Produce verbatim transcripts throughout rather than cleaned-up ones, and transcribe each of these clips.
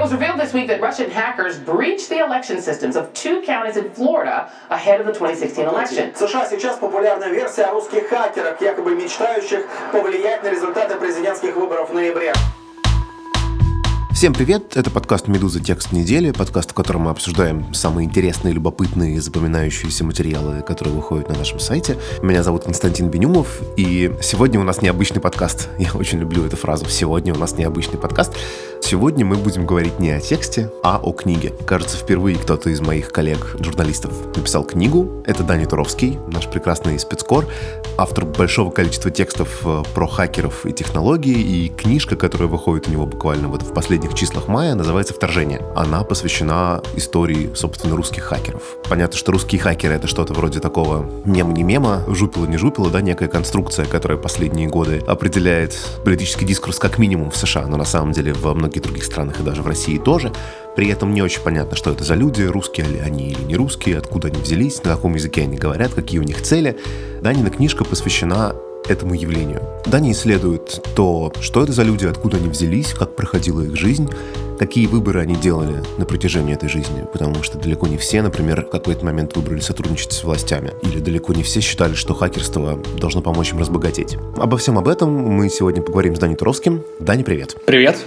was revealed this week that Russian hackers breached the election systems of two counties in Florida ahead of the twenty sixteen election. В США сейчас популярная версия о русских хакерах, якобы мечтающих повлиять на результаты президентских выборов в ноябре. Всем привет! Это подкаст «Медуза. Текст недели», подкаст, в котором мы обсуждаем самые интересные, любопытные и запоминающиеся материалы, которые выходят на нашем сайте. Меня зовут Константин Бенюмов, и сегодня у нас необычный подкаст. Я очень люблю эту фразу «сегодня у нас необычный подкаст». Сегодня мы будем говорить не о тексте, а о книге. Кажется, впервые кто-то из моих коллег-журналистов написал книгу. Это Даня Туровский, наш прекрасный спецкор, автор большого количества текстов про хакеров и технологии, и книжка, которая выходит у него буквально вот в последних числах мая, называется «Вторжение». Она посвящена истории, собственно, русских хакеров. Понятно, что русские хакеры — это что-то вроде такого мема-не мема, жупила-не жупила, да, некая конструкция, которая последние годы определяет политический дискурс как минимум в США, но на самом деле во многих других странах и даже в России тоже. При этом не очень понятно, что это за люди, русские ли они или не русские, откуда они взялись, на каком языке они говорят, какие у них цели. Данина книжка посвящена этому явлению. Даня исследует то, что это за люди, откуда они взялись, как проходила их жизнь, какие выборы они делали на протяжении этой жизни, потому что далеко не все, например, в какой-то момент выбрали сотрудничать с властями, или далеко не все считали, что хакерство должно помочь им разбогатеть. Обо всем об этом мы сегодня поговорим с Даней Туровским. Даня, привет! Привет!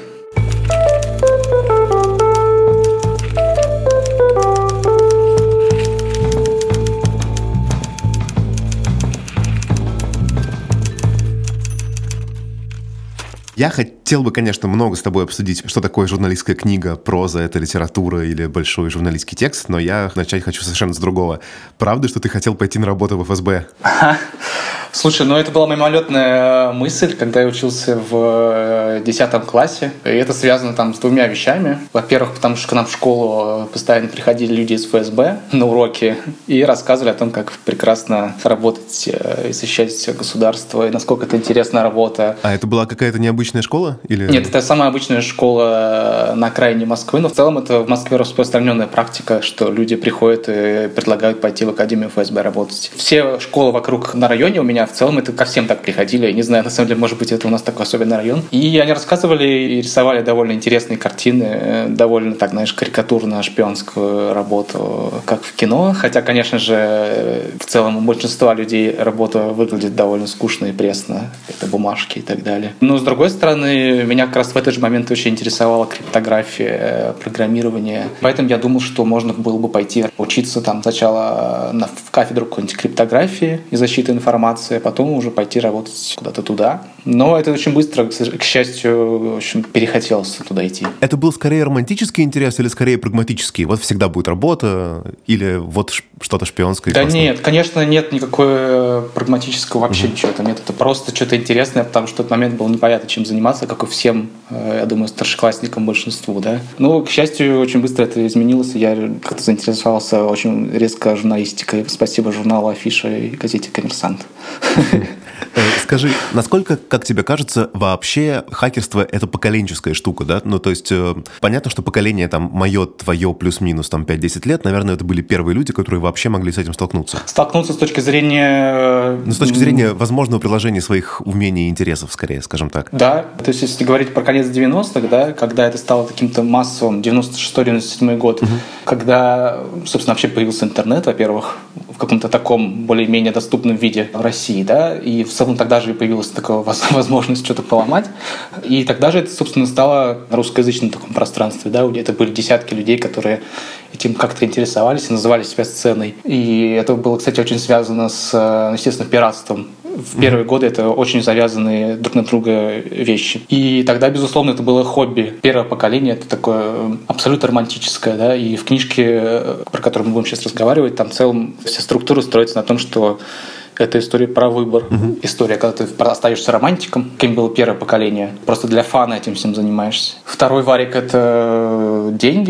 Я хотел бы, конечно, много с тобой обсудить, что такое журналистская книга, проза, это литература или большой журналистский текст, но я начать хочу совершенно с другого. Правда, что ты хотел пойти на работу в эф эс бэ? Слушай, ну это была мимолетная мысль, когда я учился в десятом классе. И это связано там с двумя вещами. Во-первых, потому что к нам в школу постоянно приходили люди из эф эс бэ на уроки и рассказывали о том, как прекрасно работать и защищать государство, и насколько это интересная работа. А это была какая-то необычная школа? Или... Нет, это самая обычная школа на окраине Москвы, но в целом это в Москве распространенная практика, что люди приходят и предлагают пойти в академию эф эс бэ работать. Все школы вокруг на районе у меня в целом это ко всем так приходили. Я не знаю, на самом деле, может быть, это у нас такой особенный район. И они рассказывали и рисовали довольно интересные картины, довольно, так, знаешь, карикатурно-шпионскую работу, как в кино. Хотя, конечно же, в целом у большинства людей работа выглядит довольно скучно и пресно. Это бумажки и так далее. Но, с другой стороны, меня как раз в этот же момент очень интересовала криптография, программирование. Поэтому я думал, что можно было бы пойти учиться там сначала на, в кафедру какой-нибудь криптографии и защиты информации, а потом уже пойти работать куда-то туда. Но это очень быстро, к счастью, в общем, перехотелось туда идти. Это был скорее романтический интерес или скорее прагматический? Вот всегда будет работа или вот что-то шпионское? Да нет, конечно, нет никакой прагматического вообще угу. ничего. Там нет, это просто что-то интересное, потому что в тот момент было непонятно, чем заниматься, как и всем, я думаю, старшеклассникам большинству, да. Но, к счастью, очень быстро это изменилось, и я как-то заинтересовался очень резко журналистикой. Спасибо журналу «Афиша» и газете «Коммерсант». Скажи, насколько, как тебе кажется, вообще хакерство — это поколенческая штука, да? Ну, то есть, э, понятно, что поколение там мое, твое, плюс-минус там пять-десять лет, наверное, это были первые люди, которые вообще могли с этим столкнуться. Столкнуться с точки зрения... Ну, с точки зрения возможного приложения своих умений и интересов, скорее, скажем так. Да, то есть, если говорить про конец девяностых, да, когда это стало каким-то массовым, девяносто шестой девяносто седьмой год, угу. когда, собственно, вообще появился интернет, во-первых, в каком-то таком более-менее доступном виде в России, да, и в целом тогда же появилась такая возможность что-то поломать, и тогда же это, собственно, стало русскоязычным таком пространстве, да, где это были десятки людей, которые этим как-то интересовались и называли себя сценой. И это было, кстати, очень связано с, естественно, пиратством. В первые годы это очень завязанные друг на друга вещи. И тогда, безусловно, это было хобби. Первое поколение — это такое абсолютно романтическое, да, и в книжке, про которую мы будем сейчас разговаривать, там в целом вся структура строится на том, что это история про выбор. Uh-huh. История, когда ты остаешься романтиком, каким было первое поколение. Просто для фана этим всем занимаешься. Второй варик — это деньги.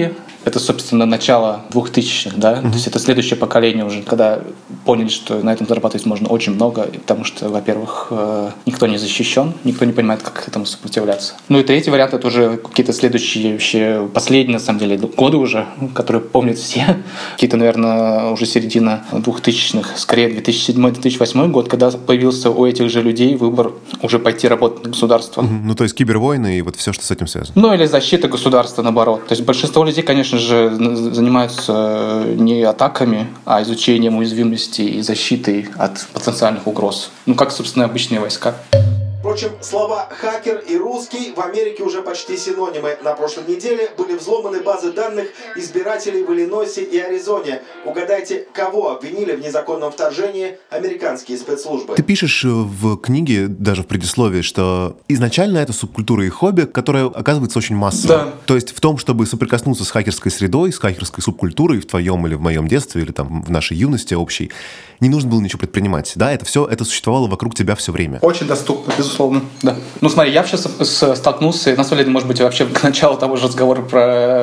Это, собственно, начало двухтысячных, да, mm-hmm. то есть это следующее поколение уже, когда поняли, что на этом зарабатывать можно очень много, потому что, во-первых, никто не защищен, никто не понимает, как этому сопротивляться. Ну и третий вариант — это уже какие-то следующие, вообще последние, на самом деле, годы уже, которые помнят все, какие-то, наверное, уже середина двухтысячных, скорее две тысячи седьмой — две тысячи восьмой год, когда появился у этих же людей выбор уже пойти работать на государство. Mm-hmm. Ну то есть кибервойны и вот все, что с этим связано. Ну или защита государства, наоборот. То есть большинство людей, конечно же, занимаются не атаками, а изучением уязвимости и защитой от потенциальных угроз. Ну, как, собственно, обычные войска. Впрочем, слова «хакер» и «русский» в Америке уже почти синонимы. На прошлой неделе были взломаны базы данных избирателей в Иллинойсе и Аризоне. Угадайте, кого обвинили в незаконном вторжении американские спецслужбы? Ты пишешь в книге, даже в предисловии, что изначально это субкультура и хобби, которая оказывается очень массовой. Да. То есть в том, чтобы соприкоснуться с хакерской средой, с хакерской субкультурой в твоем или в моем детстве, или там в нашей юности общей, не нужно было ничего предпринимать. Да, это все, это существовало вокруг тебя все время. Очень доступно, безусловно, да. Ну смотри, я сейчас столкнулся, на самом деле, может быть, вообще к началу того же разговора про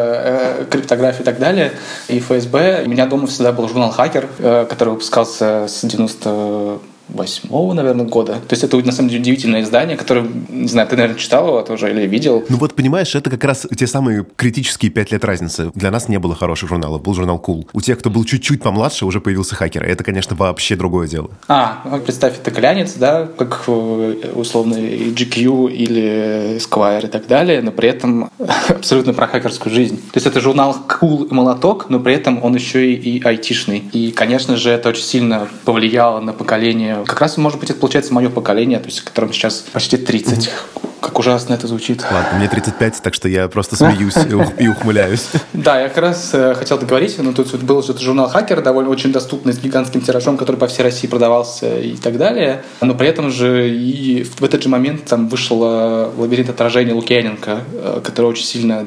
э, криптографию и так далее, и эф эс бэ. У меня дома всегда был журнал «Хакер», э, который выпускался с девяносто восьмого, наверное, года. То есть это, на самом деле, удивительное издание, которое, не знаю, ты, наверное, читал его тоже или видел. Ну вот, понимаешь, это как раз те самые критические пять лет разницы. Для нас не было хороших журналов, был журнал Cool. У тех, кто был чуть-чуть помладше, уже появился «Хакер». Это, конечно, вообще другое дело. А, представь, это глянец, да, как условно джи кью или Esquire и так далее, но при этом абсолютно про хакерскую жизнь. То есть это журнал Cool и молоток, но при этом он еще и, и айтишный. И, конечно же, это очень сильно повлияло на поколение. Как раз, может быть, это получается мое поколение, то есть которому сейчас почти тридцать. Mm-hmm. Как ужасно это звучит. Ладно, мне тридцать пять, так что я просто смеюсь и ухмыляюсь. Да, я как раз хотел договорить, но тут был же журнал «Хакер», довольно очень доступный, с гигантским тиражом, который по всей России продавался и так далее. Но при этом же и в этот же момент там вышел «Лабиринт отражения» Лукьяненко, который очень сильно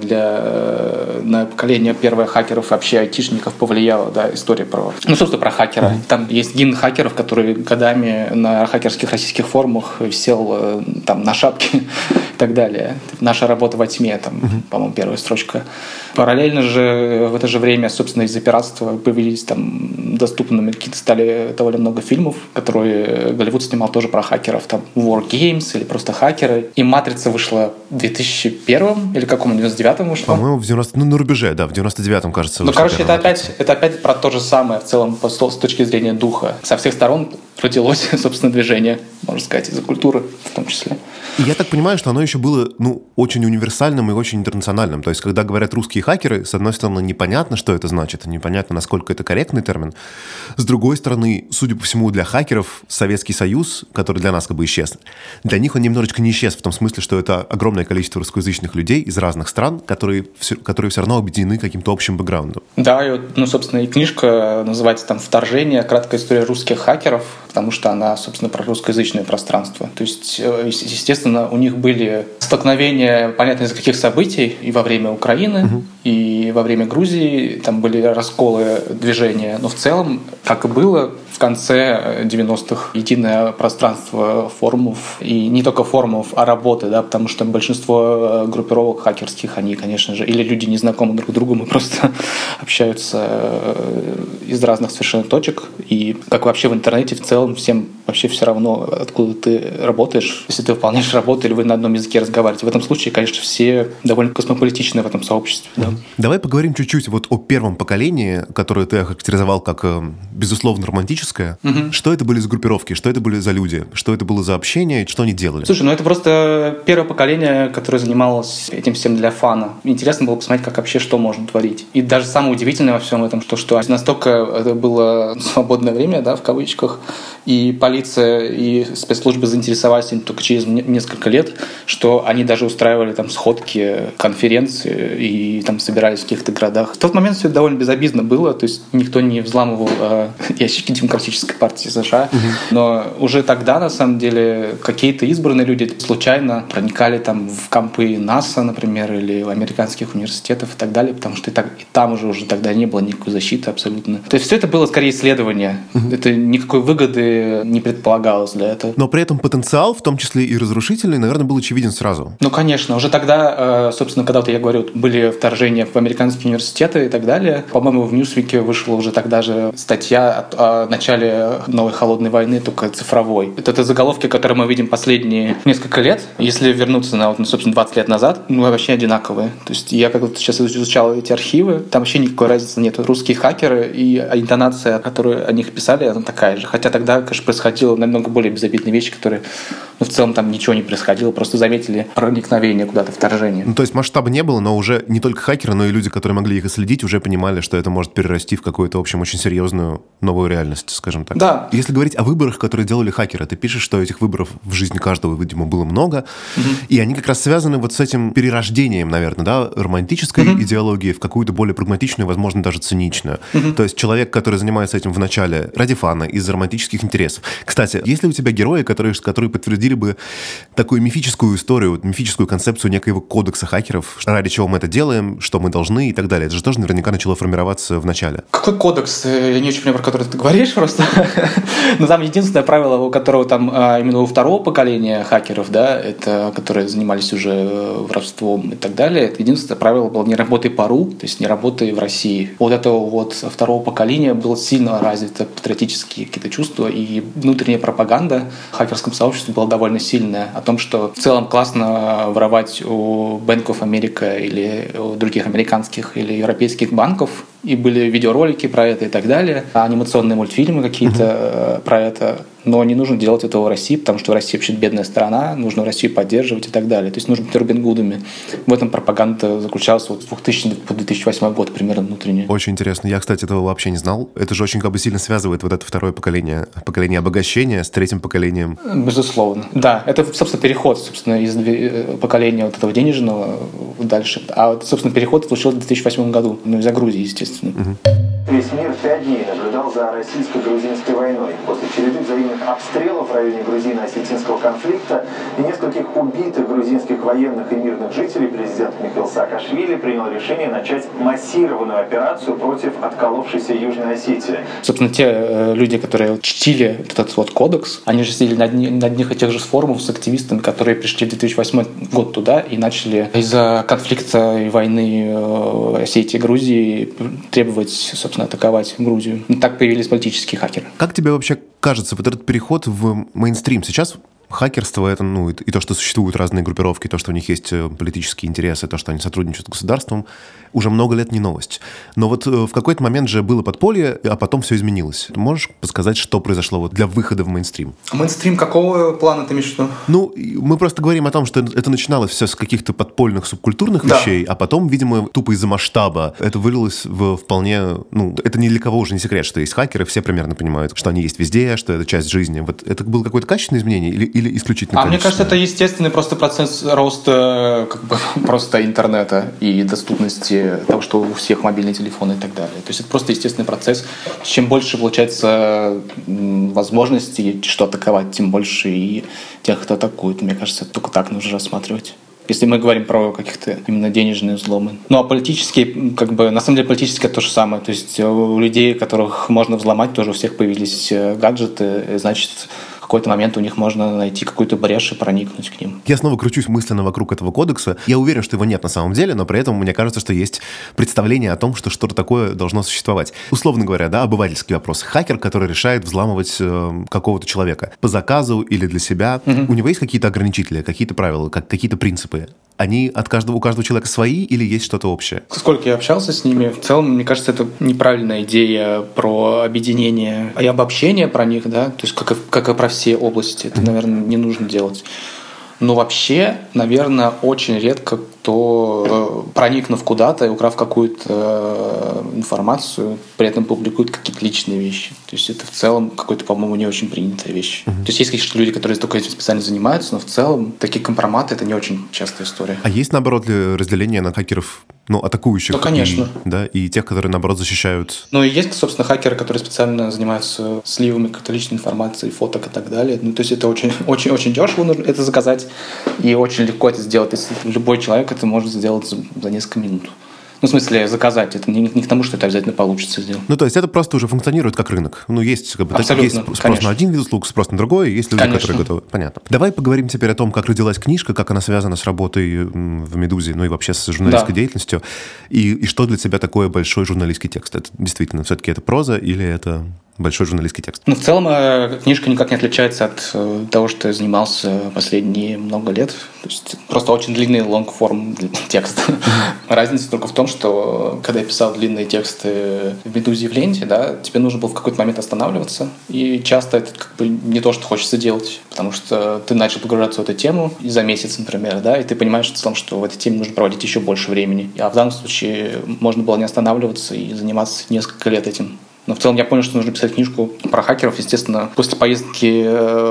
для на поколение первое хакеров, вообще айтишников повлияла, да, история про, ну, собственно, про хакера. Mm-hmm. Там есть гимн хакеров, который годами на хакерских российских форумах висел там на шапке и так далее. Наша работа во тьме, там, uh-huh. по-моему, первая строчка. Параллельно же в это же время, собственно, из-за пиратства появились там доступными какие-то стали довольно много фильмов, которые Голливуд снимал тоже про хакеров, там War Games или просто хакеры. И «Матрица» вышла в две тысячи первом или каком, девяносто девятом вышла? По-моему, в девяностом, ну, на рубеже, да, в девяносто девятом, кажется. Ну, короче, это опять, это опять про то же самое в целом с точки зрения духа. Со всех сторон родилось, собственно, движение, можно сказать, из-за культуры в том числе. И я так понимаю, что оно еще было, ну, очень универсальным и очень интернациональным. То есть, когда говорят «русские хакеры», с одной стороны, непонятно, что это значит, непонятно, насколько это корректный термин. С другой стороны, судя по всему, для хакеров Советский Союз, который для нас как бы исчез, для них он немножечко не исчез, в том смысле, что это огромное количество русскоязычных людей из разных стран, которые все, которые все равно объединены каким-то общим бэкграундом. Да, и вот, ну, собственно, и книжка называется там «Вторжение. Краткая история русских хакеров», потому что она, собственно, про русскоязычное пространство. То есть, естественно, у них были столкновения, понятно, из-за каких событий, и во время Украины, угу. и во время Грузии, там были расколы движения, но в целом, как и было в конце девяностых, единое пространство форумов, и не только форумов, а работы, да, потому что большинство группировок хакерских, они, конечно же, или люди не знакомы друг другу, мы просто общаются из разных совершенно точек, и как вообще в интернете в целом всем вообще все равно, откуда ты работаешь, если ты выполняешь работу или вы на одном языке разговариваете. В этом случае, конечно, все довольно космополитичны в этом сообществе. Да. Давай поговорим чуть-чуть вот о первом поколении, которое ты охарактеризовал как, безусловно, романтическое. Угу. Что это были за группировки, что это были за люди, что это было за общение, что они делали? Слушай, ну это просто первое поколение, которое занималось этим всем для фана. Интересно было посмотреть, как вообще что можно творить. И даже самое удивительное во всем этом, что, что настолько это было свободное время, да, в кавычках, и полиция, и спецслужбы заинтересовались им только через несколько лет, что они даже устраивали там сходки, конференции и там собирались в каких-то городах. В тот момент все это довольно безобидно было, то есть никто не взламывал э, ящики Демократической партии США, угу. но уже тогда, на самом деле, какие-то избранные люди случайно проникали там в кампы НАСА, например, или в американских университетов и так далее, потому что и, так, и там уже, уже тогда не было никакой защиты абсолютно. То есть все это было скорее исследование. Угу. Это никакой выгоды не предполагалось для этого. Но при этом потенциал, в том числе и разрушительный, наверное, был очевиден сразу. Ну, конечно. Уже тогда, собственно, когда вот я говорю, были вторжения в американские университеты и так далее, по-моему, в Newsweek вышла уже тогда же статья о, о начале новой холодной войны, только цифровой. Это, это заголовки, которые мы видим последние несколько лет. Если вернуться на, вот, собственно, двадцать лет назад, ну, вообще одинаковые. То есть я как-то сейчас изучал эти архивы, там вообще никакой разницы нет. Русские хакеры и интонация, которую о них писали, она такая же. Хотя тогда, конечно, происходило намного более безобидные вещи, которые, ну, в целом там ничего не происходило, просто заметили проникновение куда-то, вторжение. Ну, то есть масштаба не было, но уже не только хакеры, но и люди, которые могли их исследить, уже понимали, что это может перерасти в какую-то, в общем, очень серьезную новую реальность, скажем так. Да. Если говорить о выборах, которые делали хакеры, ты пишешь, что этих выборов в жизни каждого, видимо, было много, угу. и они как раз связаны вот с этим перерождением, наверное, да, романтической угу. идеологии в какую-то более прагматичную, возможно, даже циничную. Угу. То есть человек, который занимается этим в начале ради фана, из-за романтических интересов. Кстати, есть ли у тебя герои, которые, которые подтвердили бы такую мифическую историю, мифическую концепцию некоего кодекса хакеров, ради чего мы это делаем, что мы должны и так далее? Это же тоже наверняка начало формироваться в начале. Какой кодекс? Я не очень понимаю, про который ты говоришь просто. Но там единственное правило, у которого там именно у второго поколения хакеров, да, это которые занимались уже воровством и так далее, это единственное правило было: не работай по РУ, то есть не работай в России. Вот этого вот второго поколения было сильно развито патриотические какие-то чувства, и внутренняя пропаганда в хакерском сообществе была довольно сильная о том, что в целом классно воровать у Bank of America или у других американских или европейских банков, и были видеоролики про это и так далее, анимационные мультфильмы какие-то mm-hmm. про это. Но не нужно делать этого в России, потому что в России вообще бедная страна, нужно Россию поддерживать и так далее. То есть нужно быть Робин Гудами. В этом пропаганда заключалась вот с двухтысячного по две тысячи восьмой год примерно внутренне. Очень интересно. Я, кстати, этого вообще не знал. Это же очень как бы сильно связывает вот это второе поколение, поколение обогащения с третьим поколением. Безусловно. Да, это, собственно, переход, собственно, из поколения вот этого денежного дальше. А вот, собственно, переход случился в две тысячи восьмом году. Ну, из-за Грузии, естественно. Угу. Весь мир пять дней наблюдал за российско-грузинской войной. После череды взаимных обстрелов в районе грузино-осетинского конфликта и нескольких убитых грузинских военных и мирных жителей президент Михаил Саакашвили принял решение начать массированную операцию против отколовшейся Южной Осетии. Собственно, те э, люди, которые чтили этот вот кодекс, они же сидели на, одни, на одних и тех же форумах с активистами, которые пришли в две тысячи восьмой год туда и начали из-за конфликта и войны э, Осетии и Грузии требовать, собственно, атаковать Грузию. И так появились политические хакеры. Как тебе вообще кажется, вот этот переход в мейнстрим сейчас? Хакерство — это, ну, и то, что существуют разные группировки, то, что у них есть политические интересы, то, что они сотрудничают с государством, уже много лет не новость. Но вот в какой-то момент же было подполье, а потом все изменилось. Ты можешь подсказать, что произошло вот для выхода в мейнстрим? Мейнстрим какого плана ты имеешь в виду? Ну, мы просто говорим о том, что это начиналось все с каких-то подпольных субкультурных да. вещей, а потом, видимо, тупо из-за масштаба это вылилось в вполне... Ну, это ни для кого уже не секрет, что есть хакеры, все примерно понимают, что они есть везде, что это часть жизни. Вот это было какое-то качественное изменение или, или исключительно А мне кажется, это естественный просто процесс роста как бы, просто интернета и доступности того, что у всех мобильные телефоны и так далее. То есть это просто естественный процесс. Чем больше, получается, возможностей, что атаковать, тем больше и тех, кто атакует. Мне кажется, только так нужно рассматривать. Если мы говорим про каких-то именно денежные взломы. Ну, а политические, как бы, на самом деле, политическое то же самое. То есть у людей, которых можно взломать, тоже у всех появились гаджеты, значит, в какой-то момент у них можно найти какую-то брешь и проникнуть к ним. Я снова кручусь мысленно вокруг этого кодекса. Я уверен, что его нет на самом деле, но при этом мне кажется, что есть представление о том, что что-то такое должно существовать. Условно говоря, да, обывательский вопрос. Хакер, который решает взламывать э, какого-то человека по заказу или для себя. Угу. У него есть какие-то ограничители, какие-то правила, как, какие-то принципы? Они от каждого, у каждого человека свои или есть что-то общее? Сколько я общался с ними, в целом, мне кажется, это неправильная идея про объединение и обобщение про них, да, то есть как и, как и про все области. Это, наверное, не нужно делать. Но вообще, наверное, очень редко кто, проникнув куда-то и украв какую-то информацию, при этом публикует какие-то личные вещи. То есть это в целом какой-то, по-моему, не очень принятая вещь. Uh-huh. То есть есть, конечно, люди, которые только этим специально занимаются, но в целом такие компроматы — это не очень частая история. А есть, наоборот, разделение на хакеров, ну, атакующих? Ну, конечно. И, да, и тех, которые, наоборот, защищают? Ну, и есть, собственно, хакеры, которые специально занимаются сливами какой-то личной информации, фоток и так далее. Ну, то есть это очень, очень, очень дешево нужно это заказать, и очень легко это сделать. Если любой человек это может сделать за, за несколько минут. Ну, в смысле, заказать. Это не, не к тому, что это обязательно получится сделать. Ну, то есть это просто уже функционирует как рынок. Ну, есть, как бы, Абсолютно, есть спрос конечно. на один вид услуг, спрос на другой, есть люди, Конечно. которые готовы. Понятно. Давай поговорим теперь о том, как родилась книжка, как она связана с работой в «Медузе», ну и вообще с журналистской Да. деятельностью, и, и что для тебя такое большой журналистский текст? Это действительно, все-таки это проза или это большой журналистский текст? Ну, в целом, э, книжка никак не отличается от э, того, что я занимался последние много лет. То есть просто очень длинный лонгформ текст. Разница только в том, что когда я писал длинные тексты в «Медузе» и в «Ленте», да, тебе нужно было в какой-то момент останавливаться. И часто это как бы не то, что хочется делать. Потому что ты начал погружаться в эту тему и за месяц, например, да, и ты понимаешь в целом, что в этой теме нужно проводить еще больше времени. А в данном случае можно было не останавливаться и заниматься несколько лет этим. Но в целом я понял, что нужно писать книжку про хакеров. Естественно, после поездки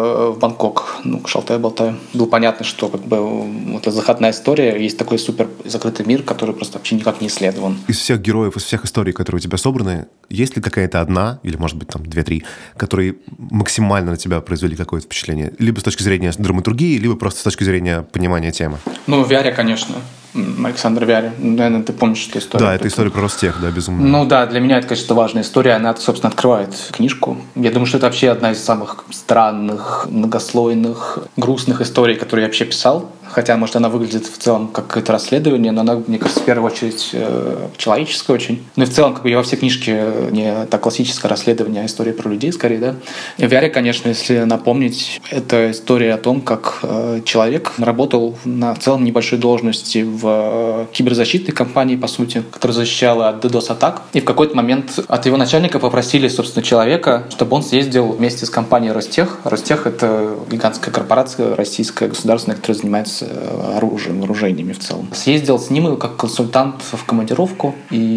в Бангкок, ну, к Шалтай-Болтай, было понятно, что как бы вот эта заходная история, есть такой супер закрытый мир, который просто вообще никак не исследован. Из всех героев, из всех историй, которые у тебя собраны, есть ли какая-то одна, или, может быть, там, две-три, которые максимально на тебя произвели какое-то впечатление? Либо с точки зрения драматургии, либо просто с точки зрения понимания темы? Ну, Вяре, конечно. Александр Вяре. Наверное, ты помнишь эту историю. Да, это история про Ростех, да, безумно. Ну да, для меня это, конечно, важная история. Она, собственно, открывает книжку. Я думаю, что это вообще одна из самых странных, многослойных, грустных историй, которые я вообще писал. Хотя, может, она выглядит в целом как какое-то расследование, но она, мне кажется, в первую очередь э, человеческая очень. Ну и в целом, как бы, я во все книжки не так классическое расследование, а история про людей, скорее, да. И в Вяре, конечно, если напомнить, это история о том, как э, человек работал на в целом небольшой должности в э, киберзащитной компании, по сути, которая защищала от ддос-атак. И в какой-то момент от его начальника попросили, собственно, человека, чтобы он съездил вместе с компанией Ростех. Ростех — это гигантская корпорация российская, государственная, которая занимается оружием, вооружениями в целом. Съездил с ним как консультант в командировку,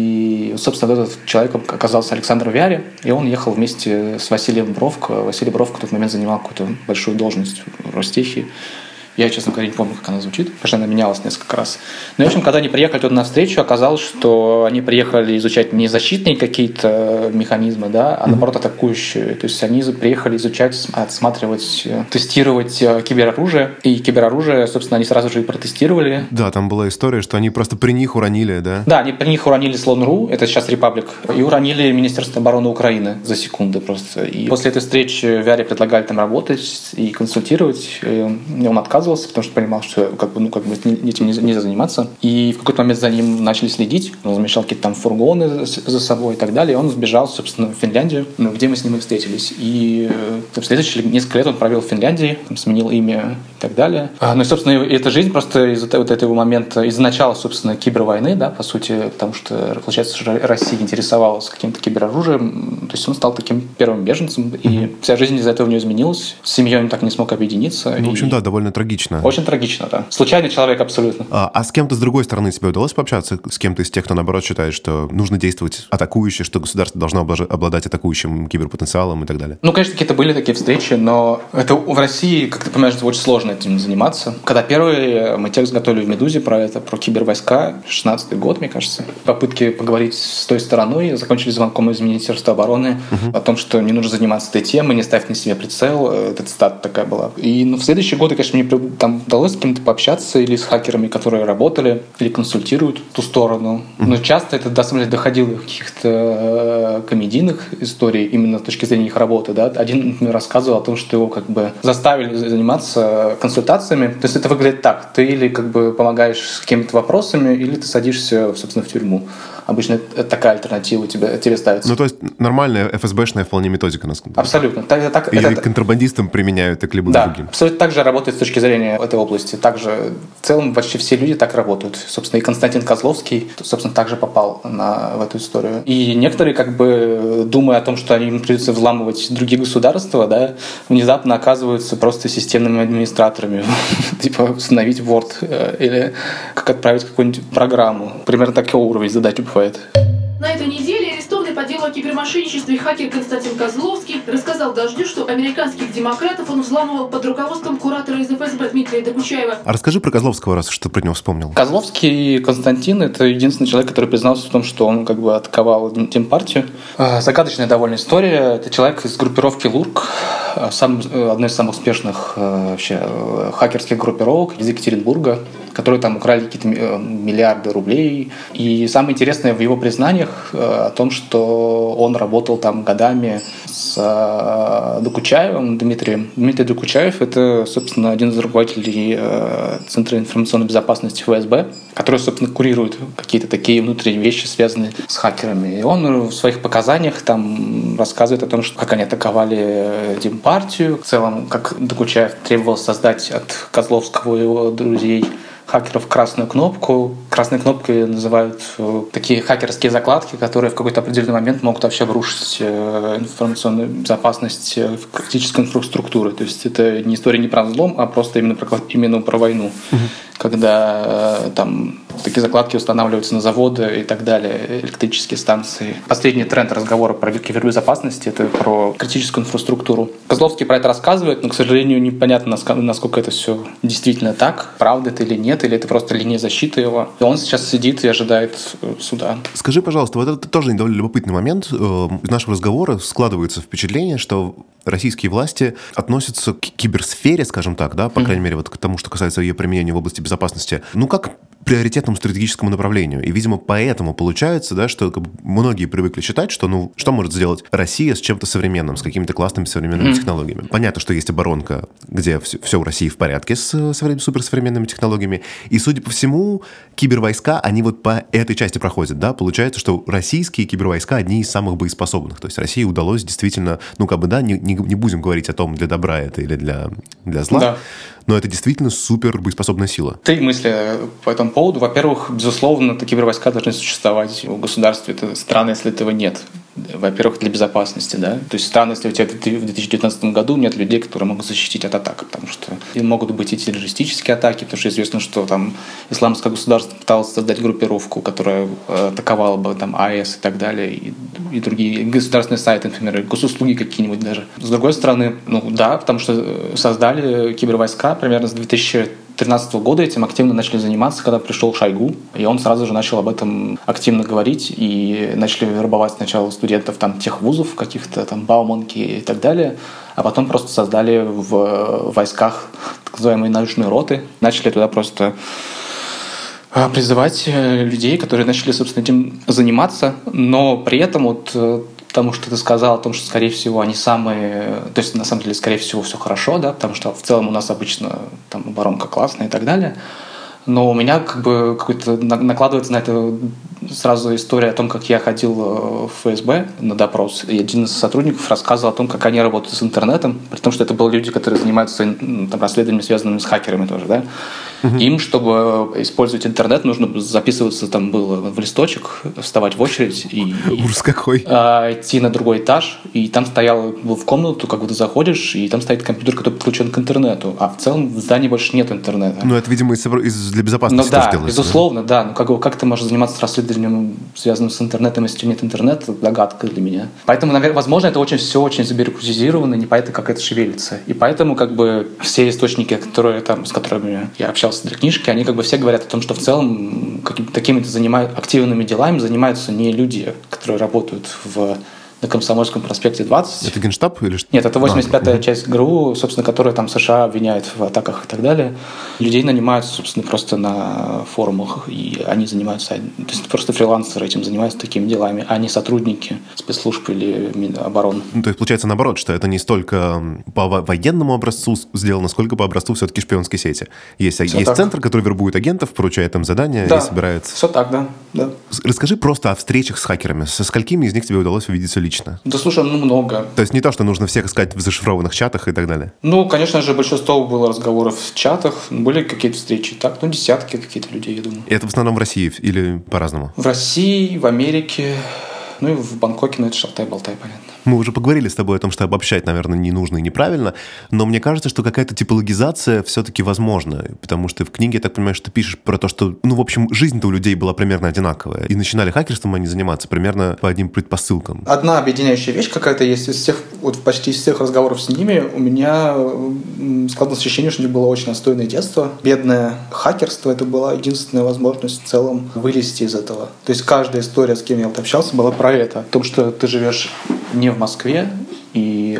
и, собственно, этот человек оказался Александр Вяре, и он ехал вместе с Василием Бровко. Василий Бровко в тот момент занимал какую-то большую должность в Ростехе. Я, честно говоря, не помню, как она звучит, потому что она менялась несколько раз. Но, в общем, когда они приехали туда навстречу, оказалось, что они приехали изучать не защитные какие-то механизмы, да, а, наоборот, атакующие. То есть они приехали изучать, отсматривать, тестировать кибероружие. И кибероружие, собственно, они сразу же и протестировали. Да, там была история, что они просто при них уронили, да? Да, они при них уронили Слон.ру, это сейчас Репаблик, и уронили Министерство обороны Украины за секунды просто. И после этой встречи Вяре предлагали там работать и консультировать, и он отказывался, потому что понимал, что как бы, ну, как бы этим нельзя заниматься. И в какой-то момент за ним начали следить. Он замещал какие-то там фургоны за собой и так далее. И он сбежал, собственно, в Финляндию, где мы с ним и встретились. И в следующие несколько лет он провел в Финляндии, там, сменил имя и так далее. Ну и, собственно, эта жизнь просто из-за вот этого момента, из-за начала, собственно, кибервойны, да, по сути, потому что, получается, Россия интересовалась каким-то кибероружием. То есть он стал таким первым беженцем. Mm-hmm. И вся жизнь из-за этого у него изменилась. С семьей он так не смог объединиться. Ну, в общем, и... да, довольно трагично. Очень трагично, да. Случайный человек абсолютно. А, а с кем-то с другой стороны тебе удалось пообщаться? С кем-то из тех, кто, наоборот, считает, что нужно действовать атакующе, что государство должно обладать атакующим киберпотенциалом и так дале? Ну, конечно, какие-то были такие встречи, но это в России, как ты понимаешь, очень сложно этим заниматься. Когда первый мы текст готовили в «Медузе» про это, про кибервойска, шестнадцатый год, мне кажется, попытки поговорить с той стороной закончились звонком из Министерства обороны uh-huh. о том, что не нужно заниматься этой темой, не ставь на себе прицел. Эта цитата такая была. И ну, в следующие годы, конечно, мне там удалось с кем-то пообщаться или с хакерами, которые работали или консультируют ту сторону. Mm-hmm. Но часто это, на самом деле, доходило до каких-то э, комедийных историй именно с точки зрения их работы. Да? Один, например, рассказывал о том, что его как бы заставили заниматься консультациями. То есть это выглядит так. Ты или как бы помогаешь с какими-то вопросами, или ты садишься, собственно, в тюрьму. Обычно это такая альтернатива тебе, тебе ставится. Ну, то есть нормальная эф эс бэшная вполне методика. Абсолютно. Так, так, или это, контрабандистам применяют, так либо да, другим. Абсолютно так же работает с точки зрения этой области. Также в целом почти все люди так работают. Собственно, и Константин Козловский, собственно, также попал на, в эту историю. И некоторые, как бы, думая о том, что им придется взламывать другие государства, да, внезапно оказываются просто системными администраторами. Типа установить Word или как отправить какую-нибудь программу. Примерно такой уровень задач бывает. На этой неделе арестованный по делу о кибермошенничестве хакер Константин Козловский рассказал «Дождю», что американских демократов он взламывал под руководством куратора из эф эс бэ Дмитрия Докучаева. А расскажи про Козловского, раз что про него вспомнил. Козловский Константин – это единственный человек, который признался в том, что он как бы атаковал Демпартию. Загадочная довольно история. Это человек из группировки ЛУРК, сам, одной из самых успешных вообще хакерских группировок из Екатеринбурга. которые там украли какие-то миллиарды рублей. И самое интересное в его признаниях о том, что он работал там годами с Докучаевым Дмитрием. Дмитрий Докучаев — это, собственно, один из руководителей Центра информационной безопасности эф эс бэ, который, собственно, курирует какие-то такие внутренние вещи, связанные с хакерами. И он в своих показаниях там рассказывает о том, что как они атаковали Демпартию. В целом, как Докучаев требовал создать от Козловского и его друзей хакеров красную кнопку. Красной кнопкой называют такие хакерские закладки, которые в какой-то определенный момент могут вообще обрушить информационную безопасность критической инфраструктуры. То есть это не история не про взлом, а просто именно про, именно про войну. Угу. Когда там такие закладки устанавливаются на заводы и так далее, электрические станции. Последний тренд разговора про кибербезопасность — это про критическую инфраструктуру. Козловский про это рассказывает, но, к сожалению, непонятно, насколько это все действительно так, правда это или нет, или это просто линия защиты его. И он сейчас сидит и ожидает суда. Скажи, пожалуйста, вот это тоже довольно любопытный момент. Из нашего разговора складывается впечатление, что российские власти относятся к киберсфере, скажем так, да, по mm-hmm. крайней мере, вот к тому, что касается ее применения в области безопасности, ну, как приоритетному стратегическому направлению. И, видимо, поэтому получается, да, что как бы, многие привыкли считать, что, ну, что может сделать Россия с чем-то современным, с какими-то классными современными mm-hmm. технологиями. Понятно, что есть оборонка, где все, все в России в порядке с суперсовременными технологиями. И, судя по всему, кибервойска, они вот по этой части проходят, да. Получается, что российские кибервойска одни из самых боеспособных. То есть России удалось действительно, ну, как бы, да, не, не, не будем говорить о том, для добра это или для, для зла, да. Но это действительно супер боеспособная сила. Три мысли по этому поводу. Во-первых, безусловно, такие кибервойска должны существовать в государстве. Это странно, если этого нет. Во-первых, для безопасности, да. То есть странно, если у тебя в две тысячи девятнадцатом году нет людей, которые могут защитить от атак, потому что могут быть и террористические атаки, потому что известно, что там исламское государство пыталось создать группировку, которая атаковала бы там АЭС и так далее, и, и другие государственные сайты, например, госуслуги какие-нибудь даже. С другой стороны, ну да, потому что создали кибервойска примерно с две тысячи две тысячи тринадцатого года этим активно начали заниматься, когда пришел Шойгу, и он сразу же начал об этом активно говорить, и начали вербовать сначала студентов там тех вузов, каких-то там Бауманки и так далее, а потом просто создали в войсках так называемые научные роты, начали туда просто призывать людей, которые начали, собственно, этим заниматься, но при этом вот потому что ты сказал о том, что, скорее всего, они самые... То есть, на самом деле, скорее всего, все хорошо, да, потому что в целом у нас обычно там оборонка классная и так далее. Но у меня как бы какой-то накладывается на это сразу история о том, как я ходил в эф эс бэ на допрос. И один из сотрудников рассказывал о том, как они работают с интернетом, при том, что это были люди, которые занимаются там, расследованиями, связанными с хакерами тоже, да. Угу. Им, чтобы использовать интернет, нужно записываться там было в листочек, вставать в очередь и, Ужас какой. А, идти на другой этаж. И там стоял в комнату, как бы ты заходишь, и там стоит компьютер, который подключен к интернету. А в целом в здании больше нет интернета. Ну, это, видимо, из, из, для безопасности ну, да, делается. Безусловно, да. да. Ну, как, как ты можешь заниматься расследованием, связанным с интернетом, если у тебя нет интернета? Загадка для меня. Поэтому, наверное, возможно, это очень все очень забюрократизировано, непонятно, как это шевелится. И поэтому, как бы, все источники, которые, там, с которыми я общался для книжки, они как бы все говорят о том, что в целом такими-то занимают, активными делами занимаются не люди, которые работают в на Комсомольском проспекте двадцать. Это Генштаб или что? Нет, это восемьдесят пятая а, часть ГРУ, собственно, которая там США обвиняет в атаках и так далее. Людей нанимают, собственно, просто на форумах, и они занимаются... То есть просто фрилансеры этим занимаются такими делами, а не сотрудники спецслужб или Минобороны. Ну, то есть, получается, наоборот, что это не столько по военному образцу сделано, сколько по образцу все-таки шпионской сети. Есть, есть центр, который вербует агентов, поручает им задания да, и собирает... все так, да, да. Расскажи просто о встречах с хакерами. Со сколькими из них тебе удалось увидеться лично? Да, слушай, ну много. То есть не то, что нужно всех искать в зашифрованных чатах и так далее? Ну, конечно же, большинство было разговоров в чатах, были какие-то встречи, так, ну, десятки какие-то людей, я думаю. И это в основном в России или по-разному? В России, в Америке, ну и в Бангкоке, ну это шалтай-болтай, понятно. Мы уже поговорили с тобой о том, что обобщать, наверное, не нужно и неправильно, но мне кажется, что какая-то типологизация все-таки возможна, потому что в книге, я так понимаю, что ты пишешь про то, что, ну, в общем, жизнь-то у людей была примерно одинаковая, и начинали хакерством они заниматься примерно по одним предпосылкам. Одна объединяющая вещь какая-то есть из всех, вот почти из всех разговоров с ними у меня складывалось ощущение, что у них было очень отстойное детство. Бедное хакерство — это была единственная возможность в целом вылезти из этого. То есть каждая история, с кем я вот общался, была про это, о том, что ты живешь не в Москве, и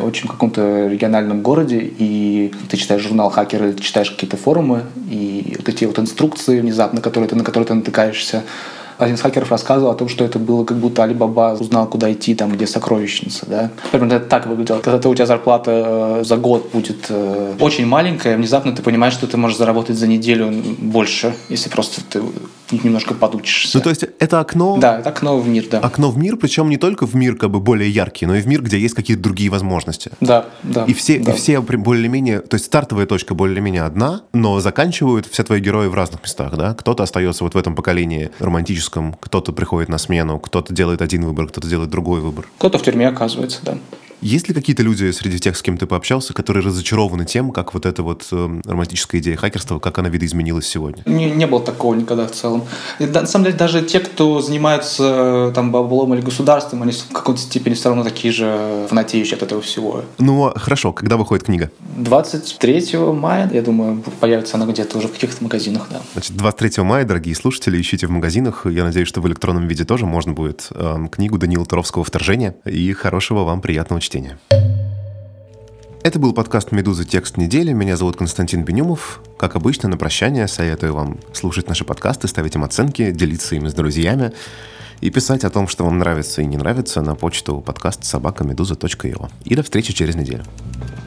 очень каком-то региональном городе, и ты читаешь журнал «Хакер», или ты читаешь какие-то форумы, и вот эти вот инструкции внезапно, которые ты, на которые ты натыкаешься. Один из хакеров рассказывал о том, что это было как будто Али Баба узнал, куда идти, там, где сокровищница. Да? Примерно это так выглядело. Когда у тебя зарплата э, за год будет э, очень маленькая, внезапно ты понимаешь, что ты можешь заработать за неделю больше, если просто ты немножко подучишься. Ну, то есть это окно... Да, это окно в мир, да. Окно в мир, причем не только в мир как бы более яркий, но и в мир, где есть какие-то другие возможности. Да, да. И все, да. и все более-менее... То есть стартовая точка более-менее одна, но заканчивают все твои герои в разных местах, да? Кто-то остается вот в этом поколении романтическом, кто-то приходит на смену, кто-то делает один выбор, кто-то делает другой выбор. Кто-то в тюрьме оказывается, да. Есть ли какие-то люди среди тех, с кем ты пообщался, которые разочарованы тем, как вот эта вот э, романтическая идея хакерства, как она видоизменилась сегодня? Не, не было такого никогда в целом. И, да, на самом деле, даже те, кто занимаются там баблом или государством, они в какой-то степени все равно такие же фанатеющие от этого всего. Ну, хорошо. Когда выходит книга? двадцать третьего мая, я думаю, появится она где-то уже в каких-то магазинах, да. Значит, двадцать третьего мая, дорогие слушатели, ищите в магазинах. Я надеюсь, что в электронном виде тоже можно будет э, книгу Даниила Туровского «Вторжение». И хорошего вам приятного чтения. Это был подкаст «Медуза. Текст недели». Меня зовут Константин Бенюмов. Как обычно, на прощание советую вам слушать наши подкасты, ставить им оценки, делиться ими с друзьями и писать о том, что вам нравится и не нравится, на почту подкаст собака медуза точка io. И до встречи через неделю.